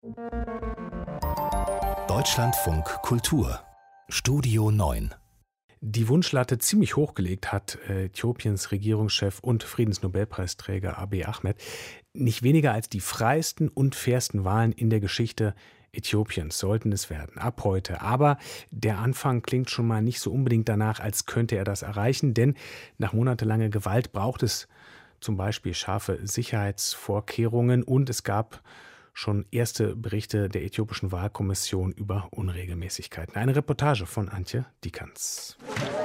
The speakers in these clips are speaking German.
Deutschlandfunk Kultur Studio 9. Die Wunschlatte ziemlich hochgelegt hat Äthiopiens Regierungschef und Friedensnobelpreisträger Abiy Ahmed. Nicht weniger als die freiesten und fairsten Wahlen in der Geschichte Äthiopiens sollten es werden, ab heute. Aber der Anfang klingt schon mal nicht so unbedingt danach, als könnte er das erreichen. Denn nach monatelanger Gewalt braucht es zum Beispiel scharfe Sicherheitsvorkehrungen. Und es gab schon erste Berichte der äthiopischen Wahlkommission über Unregelmäßigkeiten. Eine Reportage von Antje Dikans.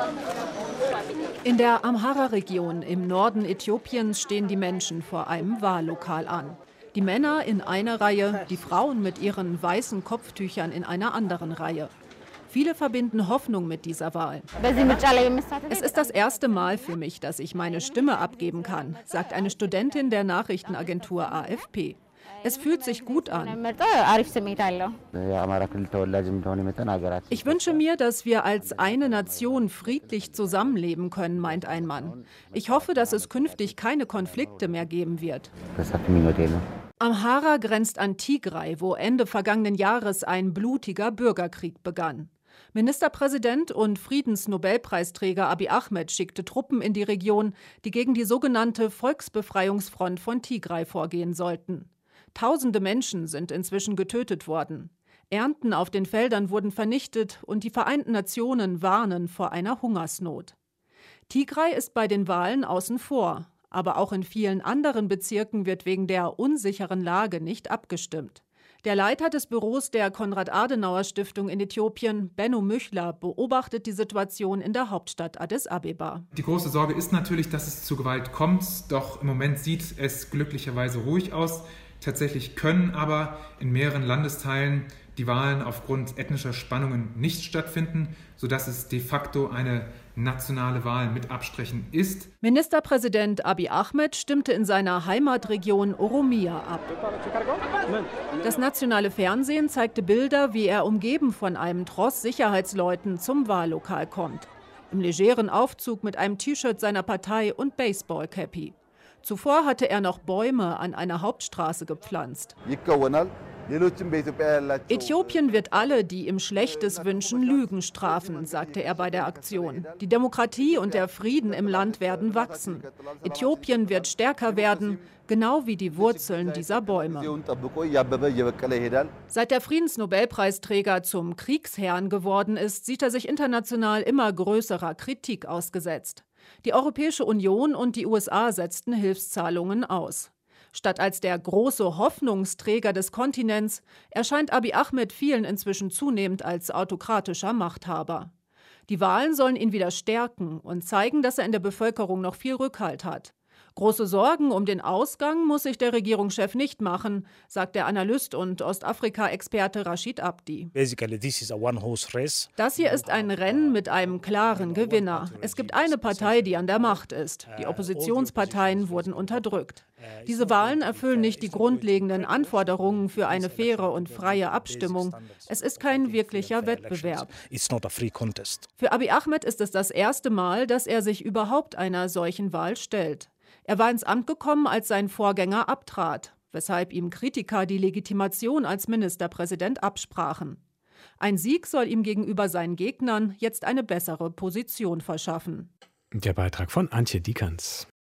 In der Amhara-Region im Norden Äthiopiens stehen die Menschen vor einem Wahllokal an. Die Männer in einer Reihe, die Frauen mit ihren weißen Kopftüchern in einer anderen Reihe. Viele verbinden Hoffnung mit dieser Wahl. Es ist das erste Mal für mich, dass ich meine Stimme abgeben kann, sagt eine Studentin der Nachrichtenagentur AFP. Es fühlt sich gut an. Ich wünsche mir, dass wir als eine Nation friedlich zusammenleben können, meint ein Mann. Ich hoffe, dass es künftig keine Konflikte mehr geben wird. Amhara grenzt an Tigray, wo Ende vergangenen Jahres ein blutiger Bürgerkrieg begann. Ministerpräsident und Friedensnobelpreisträger Abiy Ahmed schickte Truppen in die Region, die gegen die sogenannte Volksbefreiungsfront von Tigray vorgehen sollten. Tausende Menschen sind inzwischen getötet worden. Ernten auf den Feldern wurden vernichtet und die Vereinten Nationen warnen vor einer Hungersnot. Tigray ist bei den Wahlen außen vor, aber auch in vielen anderen Bezirken wird wegen der unsicheren Lage nicht abgestimmt. Der Leiter des Büros der Konrad-Adenauer-Stiftung in Äthiopien, Benno Müchler, beobachtet die Situation in der Hauptstadt Addis Abeba. Die große Sorge ist natürlich, dass es zu Gewalt kommt, doch im Moment sieht es glücklicherweise ruhig aus. Tatsächlich können aber in mehreren Landesteilen die Wahlen aufgrund ethnischer Spannungen nicht stattfinden, sodass es de facto eine nationale Wahl mit Abstrichen ist. Ministerpräsident Abiy Ahmed stimmte in seiner Heimatregion Oromia ab. Das nationale Fernsehen zeigte Bilder, wie er umgeben von einem Tross Sicherheitsleuten zum Wahllokal kommt. Im legeren Aufzug mit einem T-Shirt seiner Partei und Baseballcappy. Zuvor hatte er noch Bäume an einer Hauptstraße gepflanzt. Äthiopien wird alle, die ihm Schlechtes wünschen, Lügen strafen, sagte er bei der Aktion. Die Demokratie und der Frieden im Land werden wachsen. Äthiopien wird stärker werden, genau wie die Wurzeln dieser Bäume. Seit der Friedensnobelpreisträger zum Kriegsherrn geworden ist, sieht er sich international immer größerer Kritik ausgesetzt. Die Europäische Union und die USA setzten Hilfszahlungen aus. Statt als der große Hoffnungsträger des Kontinents erscheint Abiy Ahmed vielen inzwischen zunehmend als autokratischer Machthaber. Die Wahlen sollen ihn wieder stärken und zeigen, dass er in der Bevölkerung noch viel Rückhalt hat. Große Sorgen um den Ausgang muss sich der Regierungschef nicht machen, sagt der Analyst und Ostafrika-Experte Rashid Abdi. Das hier ist ein Rennen mit einem klaren Gewinner. Es gibt eine Partei, die an der Macht ist. Die Oppositionsparteien wurden unterdrückt. Diese Wahlen erfüllen nicht die grundlegenden Anforderungen für eine faire und freie Abstimmung. Es ist kein wirklicher Wettbewerb. Für Abiy Ahmed ist es das erste Mal, dass er sich überhaupt einer solchen Wahl stellt. Er war ins Amt gekommen, als sein Vorgänger abtrat, weshalb ihm Kritiker die Legitimation als Ministerpräsident absprachen. Ein Sieg soll ihm gegenüber seinen Gegnern jetzt eine bessere Position verschaffen. Der Beitrag von Antje Dikans.